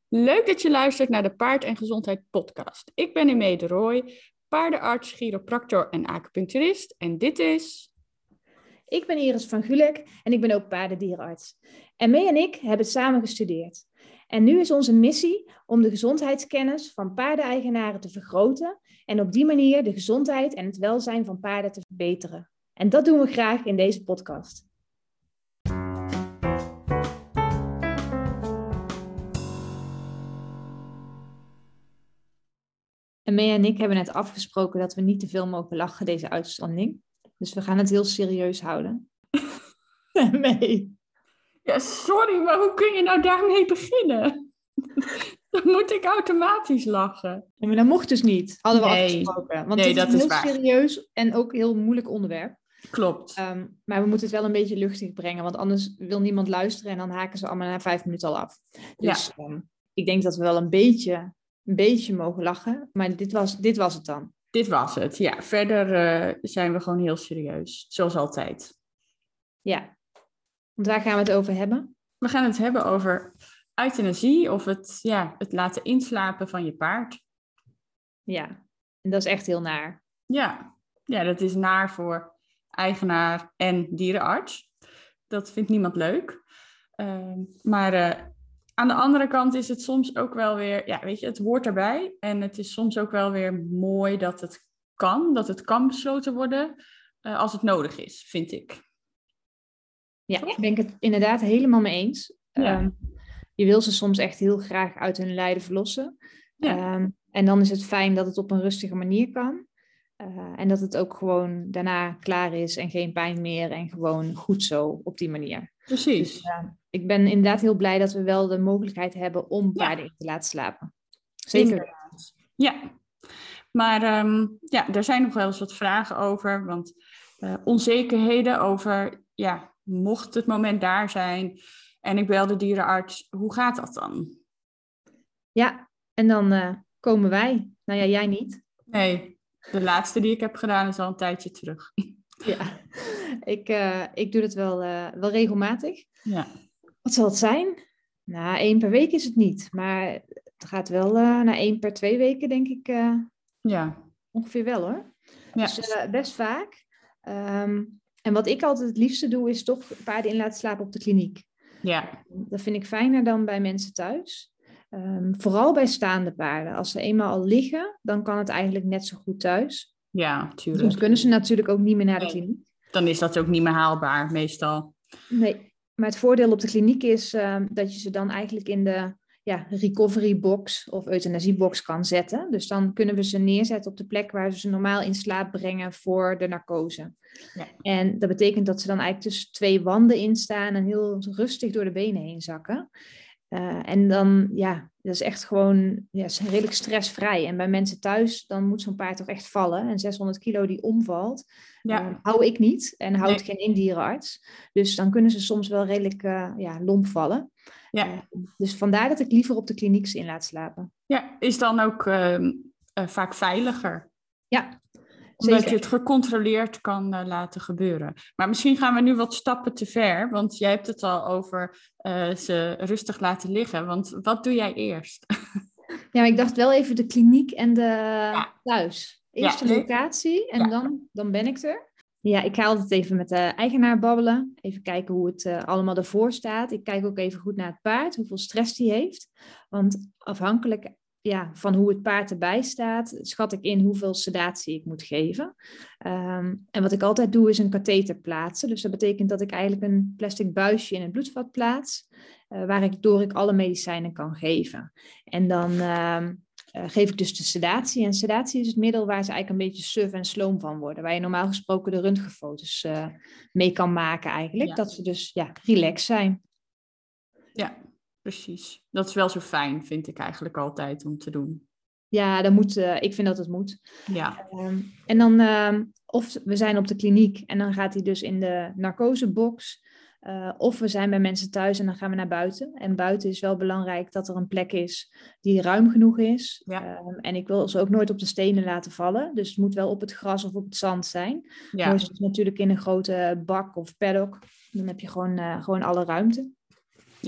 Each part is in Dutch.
Leuk dat je luistert naar de Paard en Gezondheid podcast. Ik ben Imee de Rooij, paardenarts, chiropractor en acupuncturist. En dit is... Ik ben Iris van Gulik en ik ben ook paardendierenarts. En Mee en ik hebben samen gestudeerd. En nu is onze missie om de gezondheidskennis van paardeneigenaren te vergroten en op die manier de gezondheid en het welzijn van paarden te verbeteren. En dat doen we graag in deze podcast. En Mee en ik hebben net afgesproken dat we niet te veel mogen lachen deze uitzending. Dus we gaan het heel serieus houden. Mee. Ja, sorry, maar hoe kun je nou daarmee beginnen? Dan moet ik automatisch lachen. Ja, maar dat mocht dus niet, hadden we Nee. afgesproken. Want Nee, dit is dat een is heel waar. serieus en ook heel moeilijk onderwerp. Klopt. Maar we moeten het wel een beetje luchtig brengen, want anders wil niemand luisteren en dan haken ze allemaal na 5 minuten al af. Dus ik denk dat we wel een beetje mogen lachen, maar dit was het dan. Dit was het, ja. Verder zijn we gewoon heel serieus, zoals altijd. Ja, want waar gaan we het over hebben? We gaan het hebben over euthanasie of het laten inslapen van je paard. Ja, en dat is echt heel naar. Ja, dat is naar voor eigenaar en dierenarts. Dat vindt niemand leuk. Maar aan de andere kant is het soms ook wel weer... Ja, weet je, het hoort erbij. En het is soms ook wel weer mooi dat het kan besloten worden als het nodig is, vind ik. Ja, ik ben het inderdaad helemaal mee eens. Ja. Je wil ze soms echt heel graag uit hun lijden verlossen. Ja. En dan is het fijn dat het op een rustige manier kan. En dat het ook gewoon daarna klaar is en geen pijn meer en gewoon goed zo op die manier. Precies. Dus, ik ben inderdaad heel blij dat we wel de mogelijkheid hebben om paarden in te laten slapen. Zeker. Inderdaad. Ja, maar er zijn nog wel eens wat vragen over, want onzekerheden over, mocht het moment daar zijn en ik bel de dierenarts, hoe gaat dat dan? Ja, en dan komen wij. Nou ja, jij niet. Nee, de laatste die ik heb gedaan is al een tijdje terug. Ja, ik doe het wel regelmatig. Ja. Wat zal het zijn? Nou, 1 per week is het niet. Maar het gaat wel naar 1 per 2 weken, denk ik. Ongeveer wel, hoor. Ja. Dus best vaak. En wat ik altijd het liefste doe, is toch paarden in laten slapen op de kliniek. Ja. Dat vind ik fijner dan bij mensen thuis. Vooral bij staande paarden. Als ze eenmaal al liggen, dan kan het eigenlijk net zo goed thuis. Ja, tuurlijk. Soms kunnen ze natuurlijk ook niet meer naar de kliniek. Dan is dat ook niet meer haalbaar, meestal. Nee, maar het voordeel op de kliniek is dat je ze dan eigenlijk in de recovery box of euthanasiebox kan zetten. Dus dan kunnen we ze neerzetten op de plek waar ze normaal in slaap brengen voor de narcose. Ja. En dat betekent dat ze dan eigenlijk tussen 2 wanden in staan en heel rustig door de benen heen zakken. En dan, dat is echt gewoon redelijk stressvrij. En bij mensen thuis, dan moet zo'n paard toch echt vallen. En 600 kilo die omvalt, hou ik niet. En houdt geen indierenarts. Dus dan kunnen ze soms wel redelijk lomp vallen. Ja. Dus vandaar dat ik liever op de kliniek ze in laat slapen. Ja, is dan ook vaak veiliger. Ja, omdat zeker. je het gecontroleerd kan laten gebeuren. Maar misschien gaan we nu wat stappen te ver. Want jij hebt het al over ze rustig laten liggen. Want wat doe jij eerst? Ja, ik dacht wel even de kliniek en de thuis. Eerst de locatie en dan ben ik er. Ja, ik ga altijd even met de eigenaar babbelen. Even kijken hoe het allemaal ervoor staat. Ik kijk ook even goed naar het paard, hoeveel stress die heeft. Want afhankelijk van hoe het paard erbij staat, schat ik in hoeveel sedatie ik moet geven. En wat ik altijd doe, is een katheter plaatsen. Dus dat betekent dat ik eigenlijk een plastic buisje in het bloedvat plaats, waardoor ik alle medicijnen kan geven. En dan geef ik dus de sedatie. En sedatie is het middel waar ze eigenlijk een beetje suf en sloom van worden. Waar je normaal gesproken de röntgenfoto's mee kan maken eigenlijk. Ja. Dat ze dus relaxed zijn. Ja, precies. Dat is wel zo fijn, vind ik eigenlijk altijd om te doen. Ja, dat moet, ik vind dat het moet. Ja. En dan, of we zijn op de kliniek en dan gaat hij dus in de narcosebox. Of we zijn bij mensen thuis en dan gaan we naar buiten. En buiten is wel belangrijk dat er een plek is die ruim genoeg is. Ja. En ik wil ze ook nooit op de stenen laten vallen. Dus het moet wel op het gras of op het zand zijn. Ja. Mooi is het natuurlijk in een grote bak of paddock. Dan heb je gewoon alle ruimte. Ja.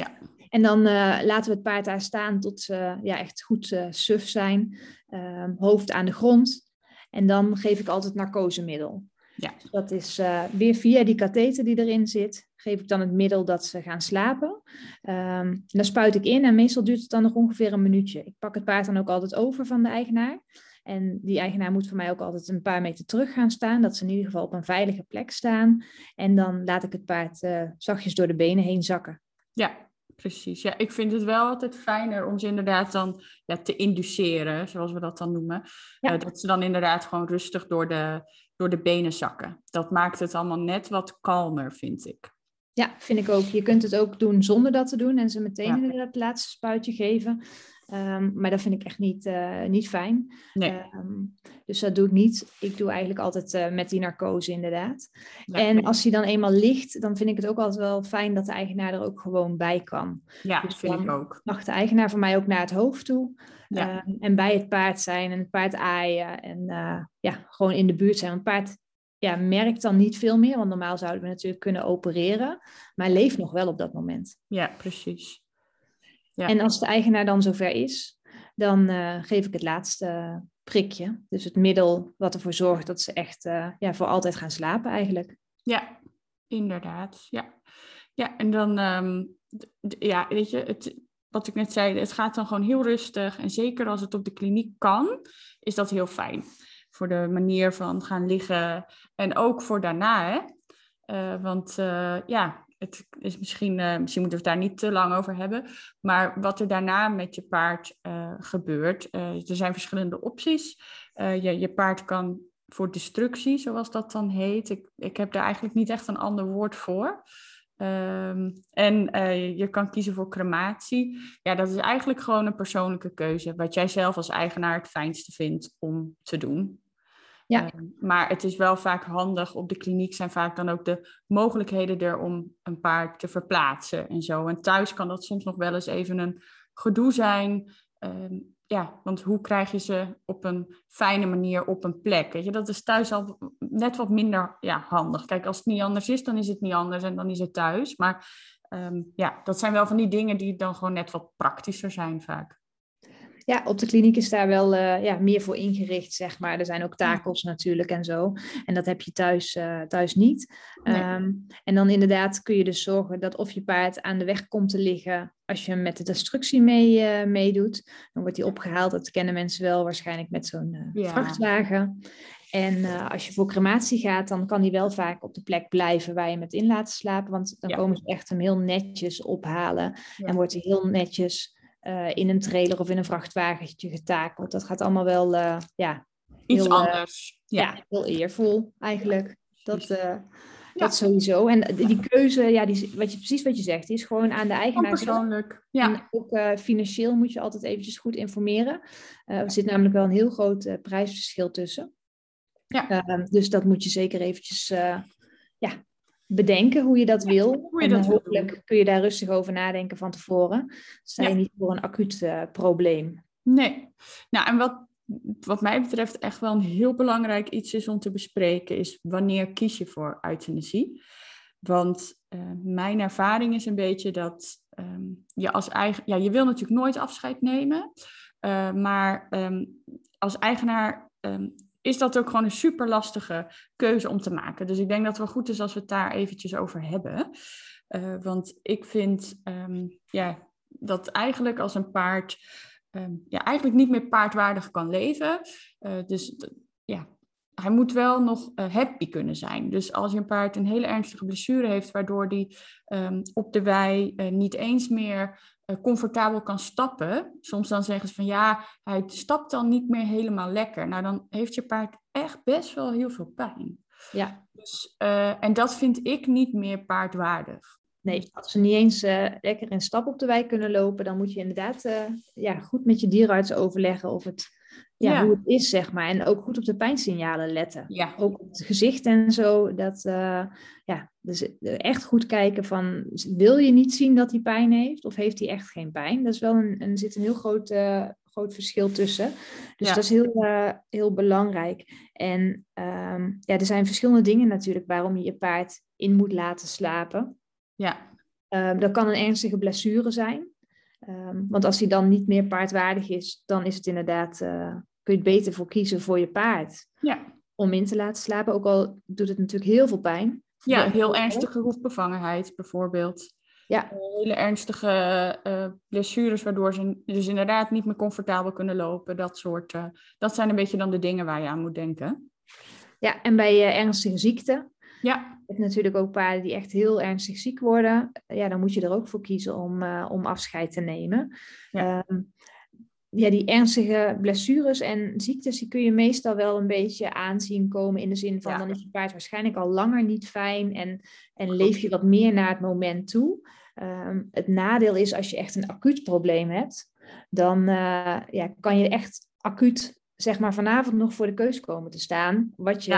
En dan laten we het paard daar staan tot ze echt goed suf zijn. Hoofd aan de grond. En dan geef ik altijd narcosemiddel. Ja. Dus dat is weer via die katheter die erin zit, geef ik dan het middel dat ze gaan slapen. Dan spuit ik in en meestal duurt het dan nog ongeveer een minuutje. Ik pak het paard dan ook altijd over van de eigenaar. En die eigenaar moet voor mij ook altijd een paar meter terug gaan staan, dat ze in ieder geval op een veilige plek staan. En dan laat ik het paard zachtjes door de benen heen zakken. Ja, precies. Ja, ik vind het wel altijd fijner om ze inderdaad dan te induceren, zoals we dat dan noemen. Ja. Dat ze dan inderdaad gewoon rustig door de benen zakken. Dat maakt het allemaal net wat kalmer, vind ik. Ja, vind ik ook. Je kunt het ook doen zonder dat te doen en ze meteen inderdaad het laatste spuitje geven. Maar dat vind ik echt niet fijn. Nee. Dus dat doe ik niet. Ik doe eigenlijk altijd met die narcose inderdaad. Ja. En als hij dan eenmaal ligt, dan vind ik het ook altijd wel fijn dat de eigenaar er ook gewoon bij kan. Ja, dus vind ik ook. Mag de eigenaar van mij ook naar het hoofd toe. Ja. En bij het paard zijn en het paard aaien. En gewoon in de buurt zijn. Want het paard merkt dan niet veel meer. Want normaal zouden we natuurlijk kunnen opereren. Maar leeft nog wel op dat moment. Ja, precies. Ja. En als de eigenaar dan zover is, dan geef ik het laatste prikje. Dus het middel wat ervoor zorgt dat ze echt voor altijd gaan slapen eigenlijk. Ja, inderdaad. Ja, en dan, weet je, wat ik net zei, het gaat dan gewoon heel rustig. En zeker als het op de kliniek kan, is dat heel fijn. Voor de manier van gaan liggen en ook voor daarna, hè. Want het is misschien moeten we het daar niet te lang over hebben. Maar wat er daarna met je paard gebeurt, er zijn verschillende opties. Je paard kan voor destructie, zoals dat dan heet. Ik heb daar eigenlijk niet echt een ander woord voor. Je kan kiezen voor crematie. Ja, dat is eigenlijk gewoon een persoonlijke keuze. Wat jij zelf als eigenaar het fijnste vindt om te doen. Ja. Maar het is wel vaak handig. Op de kliniek zijn vaak dan ook de mogelijkheden er om een paard te verplaatsen en zo. En thuis kan dat soms nog wel eens even een gedoe zijn. Want hoe krijg je ze op een fijne manier op een plek? Weet je? Dat is thuis al net wat minder handig. Kijk, als het niet anders is, dan is het niet anders en dan is het thuis. Maar dat zijn wel van die dingen die dan gewoon net wat praktischer zijn vaak. Ja, op de kliniek is daar wel meer voor ingericht, zeg maar. Er zijn ook takels natuurlijk en zo. En dat heb je thuis niet. Nee. En dan inderdaad kun je dus zorgen dat of je paard aan de weg komt te liggen als je met de destructie meedoet. Dan wordt die opgehaald. Dat kennen mensen wel waarschijnlijk met zo'n vrachtwagen. En als je voor crematie gaat, dan kan die wel vaak op de plek blijven waar je met in laat slapen. Want dan komen ze echt hem heel netjes ophalen. Ja. En wordt hij heel netjes in een trailer of in een vrachtwagentje getakeld. Dat gaat allemaal wel iets anders. Heel eervol eigenlijk. Dat sowieso. En die keuze, precies wat je zegt, die is gewoon aan de eigenaar. Persoonlijk. Ja. En ook financieel moet je altijd eventjes goed informeren. Er zit namelijk wel een heel groot prijsverschil tussen. Ja. Dus dat moet je zeker eventjes bedenken hoe je dat wil. Hopelijk kun je daar rustig over nadenken van tevoren. Dan sta je niet voor een acuut probleem. Nee. Nou, en wat mij betreft echt wel een heel belangrijk iets is om te bespreken, is wanneer kies je voor euthanasie? Want mijn ervaring is een beetje dat je als je wil natuurlijk nooit afscheid nemen, maar als eigenaar is dat ook gewoon een super lastige keuze om te maken. Dus ik denk dat het wel goed is als we het daar eventjes over hebben. Want ik vind dat eigenlijk als een paard eigenlijk niet meer paardwaardig kan leven. Hij moet wel nog happy kunnen zijn. Dus als je een paard een hele ernstige blessure heeft, waardoor die op de wei niet eens meer comfortabel kan stappen. Soms dan zeggen ze van hij stapt dan niet meer helemaal lekker. Nou, dan heeft je paard echt best wel heel veel pijn. Ja. Dus, en dat vind ik niet meer paardwaardig. Nee, als ze niet eens lekker in stap op de wei kunnen lopen, dan moet je inderdaad goed met je dierenarts overleggen of hoe het is, zeg maar. En ook goed op de pijnsignalen letten. Ja. Ook op het gezicht en zo. Dus echt goed kijken van, wil je niet zien dat hij pijn heeft? Of heeft hij echt geen pijn? Dat is wel er zit een heel groot verschil tussen. Dus dat is heel belangrijk. En er zijn verschillende dingen natuurlijk waarom je je paard in moet laten slapen. Ja. Dat kan een ernstige blessure zijn. Want als die dan niet meer paardwaardig is, dan is het inderdaad, kun je het beter voor kiezen voor je paard. Ja. Om in te laten slapen, ook al doet het natuurlijk heel veel pijn. Ja, heel ernstige hoefbevangenheid bijvoorbeeld. Ja. Hele ernstige blessures, waardoor ze dus inderdaad niet meer comfortabel kunnen lopen. Dat zijn een beetje dan de dingen waar je aan moet denken. Ja, en bij ernstige ziekte. Ja. Je hebt natuurlijk ook paarden die echt heel ernstig ziek worden. Ja, dan moet je er ook voor kiezen om afscheid te nemen. Ja. Die ernstige blessures en ziektes, die kun je meestal wel een beetje aanzien komen in de zin van, dan is je paard waarschijnlijk al langer niet fijn en leef je wat meer naar het moment toe. Het nadeel is als je echt een acuut probleem hebt, dan kan je echt acuut, zeg maar, vanavond nog voor de keus komen te staan.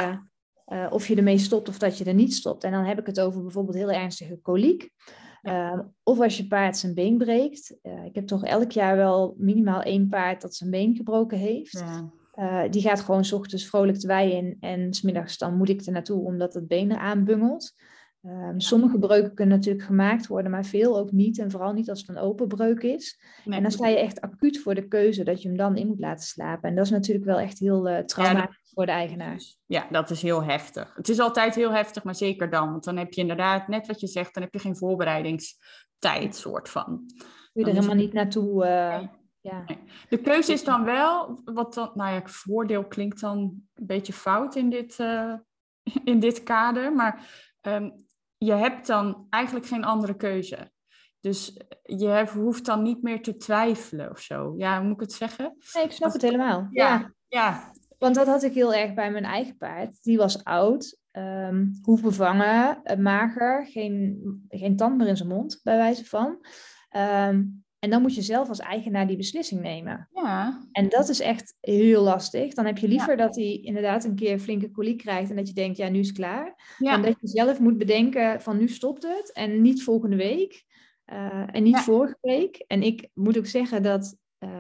Of je ermee stopt of dat je er niet stopt. En dan heb ik het over bijvoorbeeld heel ernstige koliek. Of als je paard zijn been breekt. Ik heb toch elk jaar wel minimaal 1 paard dat zijn been gebroken heeft. Ja. Die gaat gewoon 's ochtends vrolijk de wei in. En 's middags dan moet ik er naartoe omdat het been eraan bungelt. Sommige breuken kunnen natuurlijk gemaakt worden, maar veel ook niet. En vooral niet als het een open breuk is. Nee. En dan sta je echt acuut voor de keuze dat je hem dan in moet laten slapen. En dat is natuurlijk wel echt heel traumatisch voor de eigenaar. Ja, dat is heel heftig. Het is altijd heel heftig, maar zeker dan. Want dan heb je inderdaad, net wat je zegt, dan heb je geen voorbereidingstijd, soort van. Kun je er helemaal niet naartoe... Ja. Nee. De keuze is dan wel, voordeel klinkt dan een beetje fout in dit kader, maar je hebt dan eigenlijk geen andere keuze. Dus je hoeft dan niet meer te twijfelen of zo. Ja, hoe moet ik het zeggen? Nee, ik snap het helemaal. Ja. Want dat had ik heel erg bij mijn eigen paard. Die was oud, hoefbevangen, mager, geen tand meer in zijn mond, bij wijze van. En dan moet je zelf als eigenaar die beslissing nemen. Ja. En dat is echt heel lastig. Dan heb je liever dat hij inderdaad een keer flinke koliek krijgt en dat je denkt, ja, nu is het klaar. Ja. Dan dat je zelf moet bedenken van nu stopt het en niet volgende week. En niet vorige week. En ik moet ook zeggen dat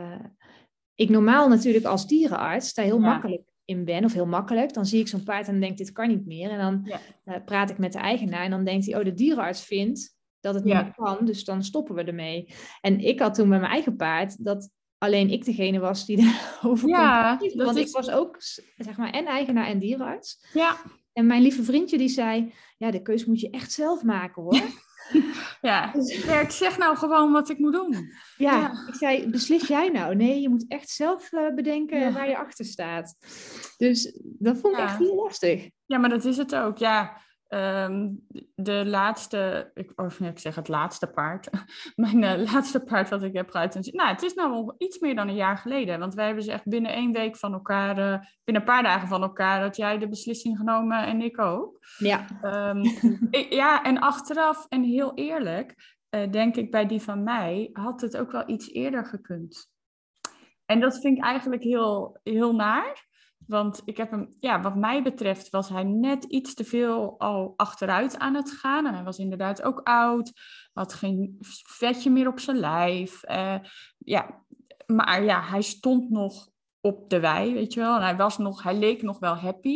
ik normaal natuurlijk als dierenarts daar heel makkelijk in ben. Of heel makkelijk. Dan zie ik zo'n paard en dan denk ik, dit kan niet meer. En dan praat ik met de eigenaar en dan denkt hij, de dierenarts vindt dat het niet meer kan, dus dan stoppen we ermee. En ik had toen bij mijn eigen paard dat alleen ik degene was die daarover kon. Want ik was ook, zeg maar, en eigenaar en dierenarts. Ja. En mijn lieve vriendje die zei, ja, de keus moet je echt zelf maken, hoor. Ja, ik zeg nou gewoon wat ik moet doen. Ja, ik zei, beslis jij nou? Nee, je moet echt zelf bedenken waar je achter staat. Dus dat vond ik echt heel lastig. Ja, maar dat is het ook, ja. De laatste, ik zeg het laatste paard. Mijn laatste paard wat ik heb geuit. Nou, het is nou al iets meer dan een jaar geleden. Want wij hebben ze echt binnen 1 week van elkaar, binnen een paar dagen van elkaar, had jij de beslissing genomen en ik ook. Ja. En achteraf, en heel eerlijk, denk ik bij die van mij, had het ook wel iets eerder gekund. En dat vind ik eigenlijk heel, heel naar. Want ik heb hem, wat mij betreft, was hij net iets te veel al achteruit aan het gaan. En hij was inderdaad ook oud. Had geen vetje meer op zijn lijf. Maar hij stond nog op de wei, weet je wel. En hij leek nog wel happy.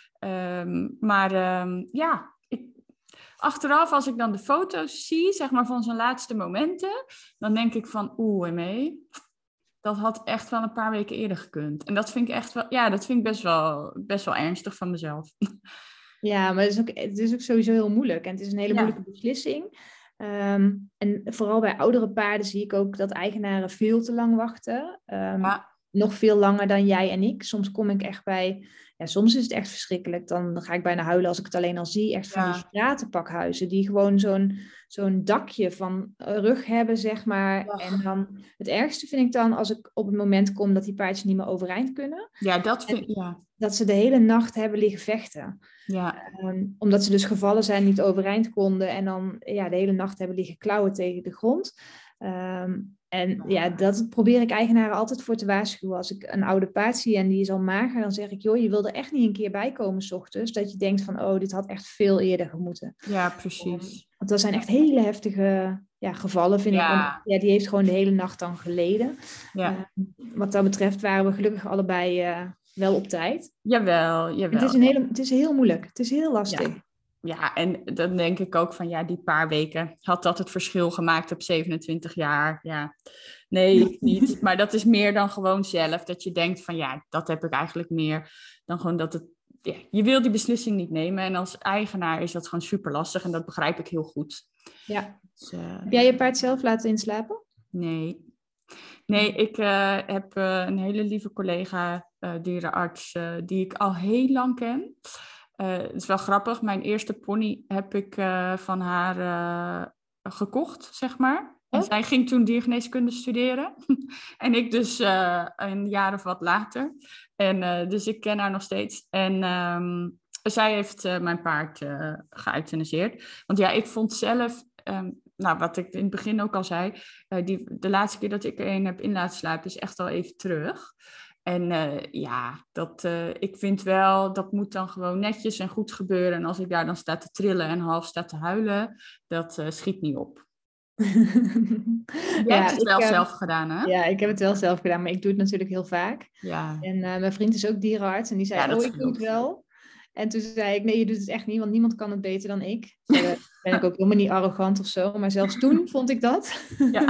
Achteraf, als ik dan de foto's zie, zeg maar, van zijn laatste momenten, dan denk ik van, dat had echt wel een paar weken eerder gekund. En dat vind ik echt wel, dat vind ik best wel ernstig van mezelf. Ja, maar het is ook sowieso heel moeilijk. En het is een hele moeilijke beslissing. En vooral bij oudere paarden zie ik ook dat eigenaren veel te lang wachten. Nog veel langer dan jij en ik. Soms kom ik echt bij... Ja, soms is het echt verschrikkelijk. Dan ga ik bijna huilen als ik het alleen al zie. Echt van die stratenpakhuizen die gewoon zo'n dakje van rug hebben, zeg maar. Ja. En dan het ergste vind ik dan als ik op het moment kom dat die paardjes niet meer overeind kunnen. Ja, dat vind ik, Dat ze de hele nacht hebben liggen vechten. Ja. Omdat ze dus gevallen zijn, niet overeind konden. En dan de hele nacht hebben liggen klauwen tegen de grond. Dat probeer ik eigenaren altijd voor te waarschuwen. Als ik een oude paard zie en die is al mager, dan zeg ik, joh, je wil er echt niet een keer bij komen 's ochtends. Dat je denkt van, dit had echt veel eerder gemoeten. Ja, precies. Want dat zijn echt hele heftige gevallen, vind ik. Want, die heeft gewoon de hele nacht dan geleden. Ja. Wat dat betreft waren we gelukkig allebei wel op tijd. Jawel. Het is heel moeilijk. Het is heel lastig. Ja, en dan denk ik ook van, ja, die paar weken, had dat het verschil gemaakt op 27 jaar? Ja, nee, niet. Maar dat is meer dan gewoon zelf, dat je denkt van, ja, dat heb ik eigenlijk meer dan gewoon dat het, ja, je wil die beslissing niet nemen. En als eigenaar is dat gewoon super lastig en dat begrijp ik heel goed. Ja. Dus, Heb jij je paard zelf laten inslapen? nee. Nee, ik heb een hele lieve collega, dierenarts, die ik al heel lang ken. Het is wel grappig, mijn eerste pony heb ik van haar gekocht, zeg maar. En Oh? zij ging toen diergeneeskunde studeren. En ik dus een jaar of wat later. En dus ik ken haar nog steeds. En zij heeft mijn paard geëuthaniseerd. Want ja, ik vond zelf... nou, wat ik in het begin ook al zei, de laatste keer dat ik er een heb in laten slapen is echt al even terug. En ja, ik vind wel, dat moet dan gewoon netjes en goed gebeuren. En als ik daar dan sta te trillen en half sta te huilen, dat schiet niet op. Jij hebt het wel zelf gedaan, hè? Ja, ik heb het wel zelf gedaan, maar ik doe het natuurlijk heel vaak. Ja. En mijn vriend is ook dierenarts en die zei, Ja, dat ik doe het wel. En toen zei ik, nee, je doet het echt niet, want niemand kan het beter dan ik. Verder ben ik ook helemaal niet arrogant of zo, maar zelfs toen vond ik dat. Ja.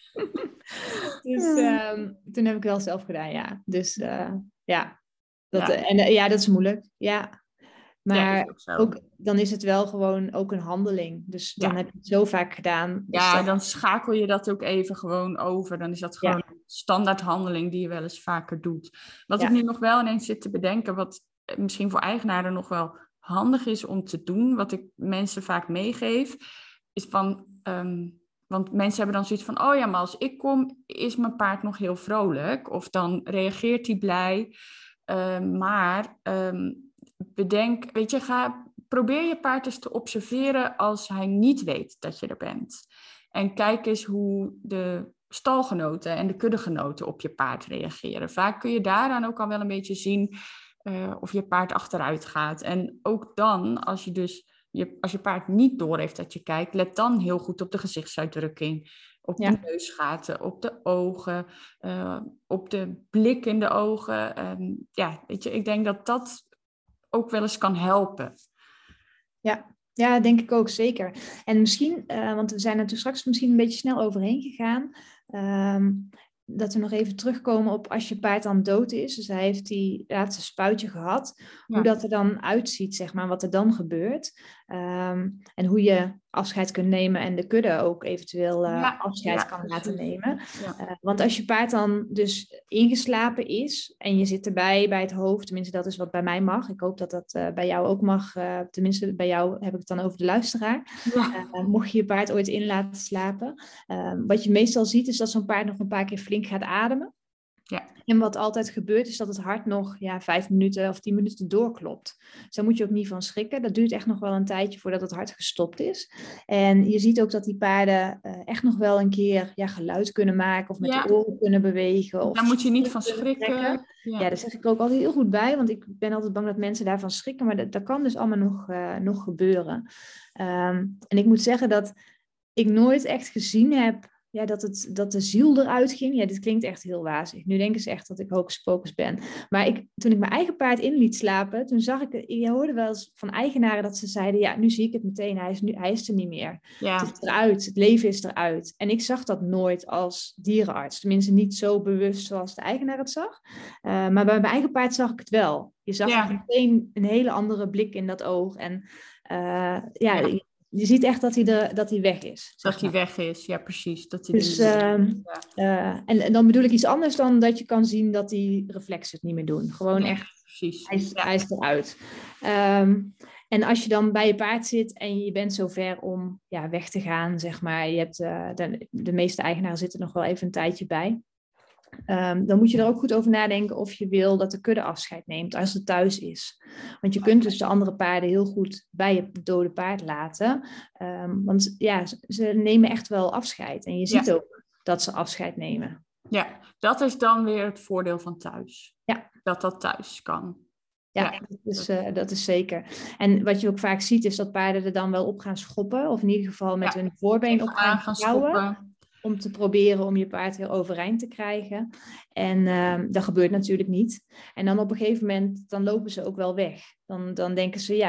Dus toen heb ik wel zelf gedaan, ja. Dus ja. Ja. En dat is moeilijk, ja. Maar Ja, is ook dan is het wel gewoon ook een handeling. Dus dan heb je het zo vaak gedaan. Dus ja, dan schakel je dat ook even gewoon over. Dan is dat gewoon een standaard handeling die je wel eens vaker doet. Wat ik nu nog wel ineens zit te bedenken, wat misschien voor eigenaren nog wel handig is om te doen, wat ik mensen vaak meegeef, is van... want mensen hebben dan zoiets van, oh ja, maar als ik kom, is mijn paard nog heel vrolijk. Of dan reageert hij blij. Maar bedenk, weet je, probeer je paard eens te observeren als hij niet weet dat je er bent. En kijk eens hoe de stalgenoten en de kuddegenoten op je paard reageren. Vaak kun je daaraan ook al wel een beetje zien of je paard achteruit gaat. En ook dan, als je paard niet doorheeft dat je kijkt, let dan heel goed op de gezichtsuitdrukking, op de neusgaten, op de ogen, op de blik in de ogen. Ja, weet je, ik denk dat dat ook wel eens kan helpen. Ja, denk ik ook zeker. En misschien, want we zijn er toen straks misschien een beetje snel overheen gegaan, dat we nog even terugkomen op als je paard dan dood is. Dus hij heeft die laatste spuitje gehad. Hoe dat er dan uitziet, zeg maar, wat er dan gebeurt. En hoe je afscheid kunt nemen en de kudde ook eventueel afscheid kan laten nemen. Want als je paard dan dus ingeslapen is en je zit erbij bij het hoofd, tenminste dat is wat bij mij mag. Ik hoop dat dat bij jou ook mag. Tenminste bij jou heb ik het dan over de luisteraar. Mocht je je paard ooit in laten slapen. Wat je meestal ziet is dat zo'n paard nog een paar keer flink gaat ademen. Ja. En wat altijd gebeurt is dat het hart nog 5 minuten of 10 minuten doorklopt. Dus daar moet je ook niet van schrikken. Dat duurt echt nog wel een tijdje voordat het hart gestopt is. En je ziet ook dat die paarden echt nog wel een keer geluid kunnen maken of met de oren kunnen bewegen. Of daar moet je niet van schrikken. Ja, daar zeg ik ook altijd heel goed bij, want ik ben altijd bang dat mensen daarvan schrikken. Maar dat kan dus allemaal nog gebeuren. En ik moet zeggen dat ik nooit echt gezien heb dat de ziel eruit ging. Ja, dit klinkt echt heel wazig. Nu denken ze echt dat ik hocus pocus ben. Maar toen ik mijn eigen paard in liet slapen, toen zag ik hoorde wel eens van eigenaren dat ze zeiden, ja, nu zie ik het meteen, hij is er niet meer. Ja. Het is eruit, het leven is eruit. En ik zag dat nooit als dierenarts. Tenminste niet zo bewust zoals de eigenaar het zag. Maar bij mijn eigen paard zag ik het wel. Je zag meteen een hele andere blik in dat oog. En je ziet echt dat hij weg is. Dat hij weg is, ja precies. Dat hij dus, en dan bedoel ik iets anders dan dat je kan zien dat die reflexen het niet meer doen. Gewoon echt, precies. Hij is eruit. En als je dan bij je paard zit en je bent zover om weg te gaan, zeg maar. Je hebt, de meeste eigenaren zitten nog wel even een tijdje bij. Dan moet je er ook goed over nadenken of je wil dat de kudde afscheid neemt als het thuis is. Want je kunt dus de andere paarden heel goed bij je dode paard laten. Want ze nemen echt wel afscheid. En je ziet ook dat ze afscheid nemen. Ja, dat is dan weer het voordeel van thuis. Ja. Dat thuis kan. Ja, dat is zeker. En wat je ook vaak ziet is dat paarden er dan wel op gaan schoppen. Of in ieder geval met hun voorbeen op gaan schoppen. Om te proberen om je paard heel overeind te krijgen. En dat gebeurt natuurlijk niet. En dan op een gegeven moment, dan lopen ze ook wel weg. Dan denken ze,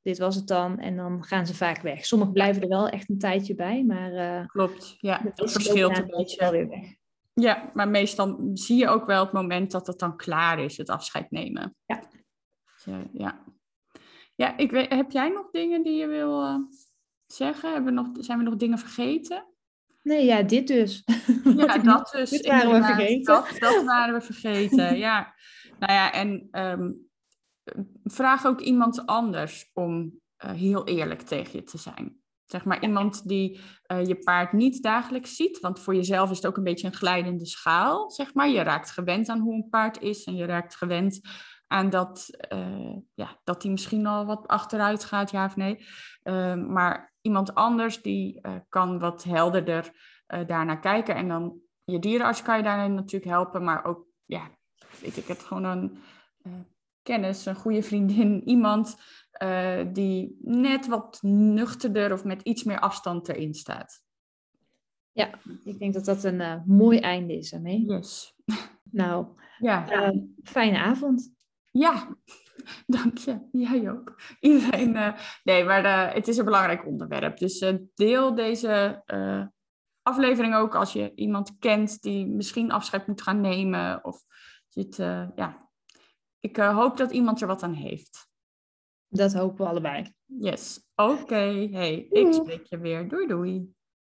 dit was het dan. En dan gaan ze vaak weg. Sommigen blijven er wel echt een tijdje bij, maar klopt, ja. Dat meeste verschilt een lopen wel beetje. weer weg. Ja, maar meestal zie je ook wel het moment dat het dan klaar is, het afscheid nemen. Ja. Ja. Ja, heb jij nog dingen die je wil zeggen? Zijn we nog dingen vergeten? Nee, ja, dit dus. Ja, dat dus. Dit waren we vergeten. Dat waren we vergeten, ja. Nou ja, en vraag ook iemand anders om heel eerlijk tegen je te zijn. Zeg maar iemand die je paard niet dagelijks ziet. Want voor jezelf is het ook een beetje een glijdende schaal, zeg maar. Je raakt gewend aan hoe een paard is. En je raakt gewend aan dat hij misschien al wat achteruit gaat, ja of nee. Maar iemand anders die kan wat helderder daarnaar kijken. En dan je dierenarts kan je daarin natuurlijk helpen. Maar ook, ja, weet ik het, gewoon een kennis, een goede vriendin. Iemand die net wat nuchterder of met iets meer afstand erin staat. Ja, ik denk dat dat een mooi einde is ermee. Yes. Nou, ja. Fijne avond. Ja, dank je. Jij ook. Iedereen. Nee, maar het is een belangrijk onderwerp. Dus deel deze aflevering ook als je iemand kent die misschien afscheid moet gaan nemen. Of je het, Ik hoop dat iemand er wat aan heeft. Dat hopen we allebei. Yes. Oké. Hey, ik spreek je weer. Doei doei.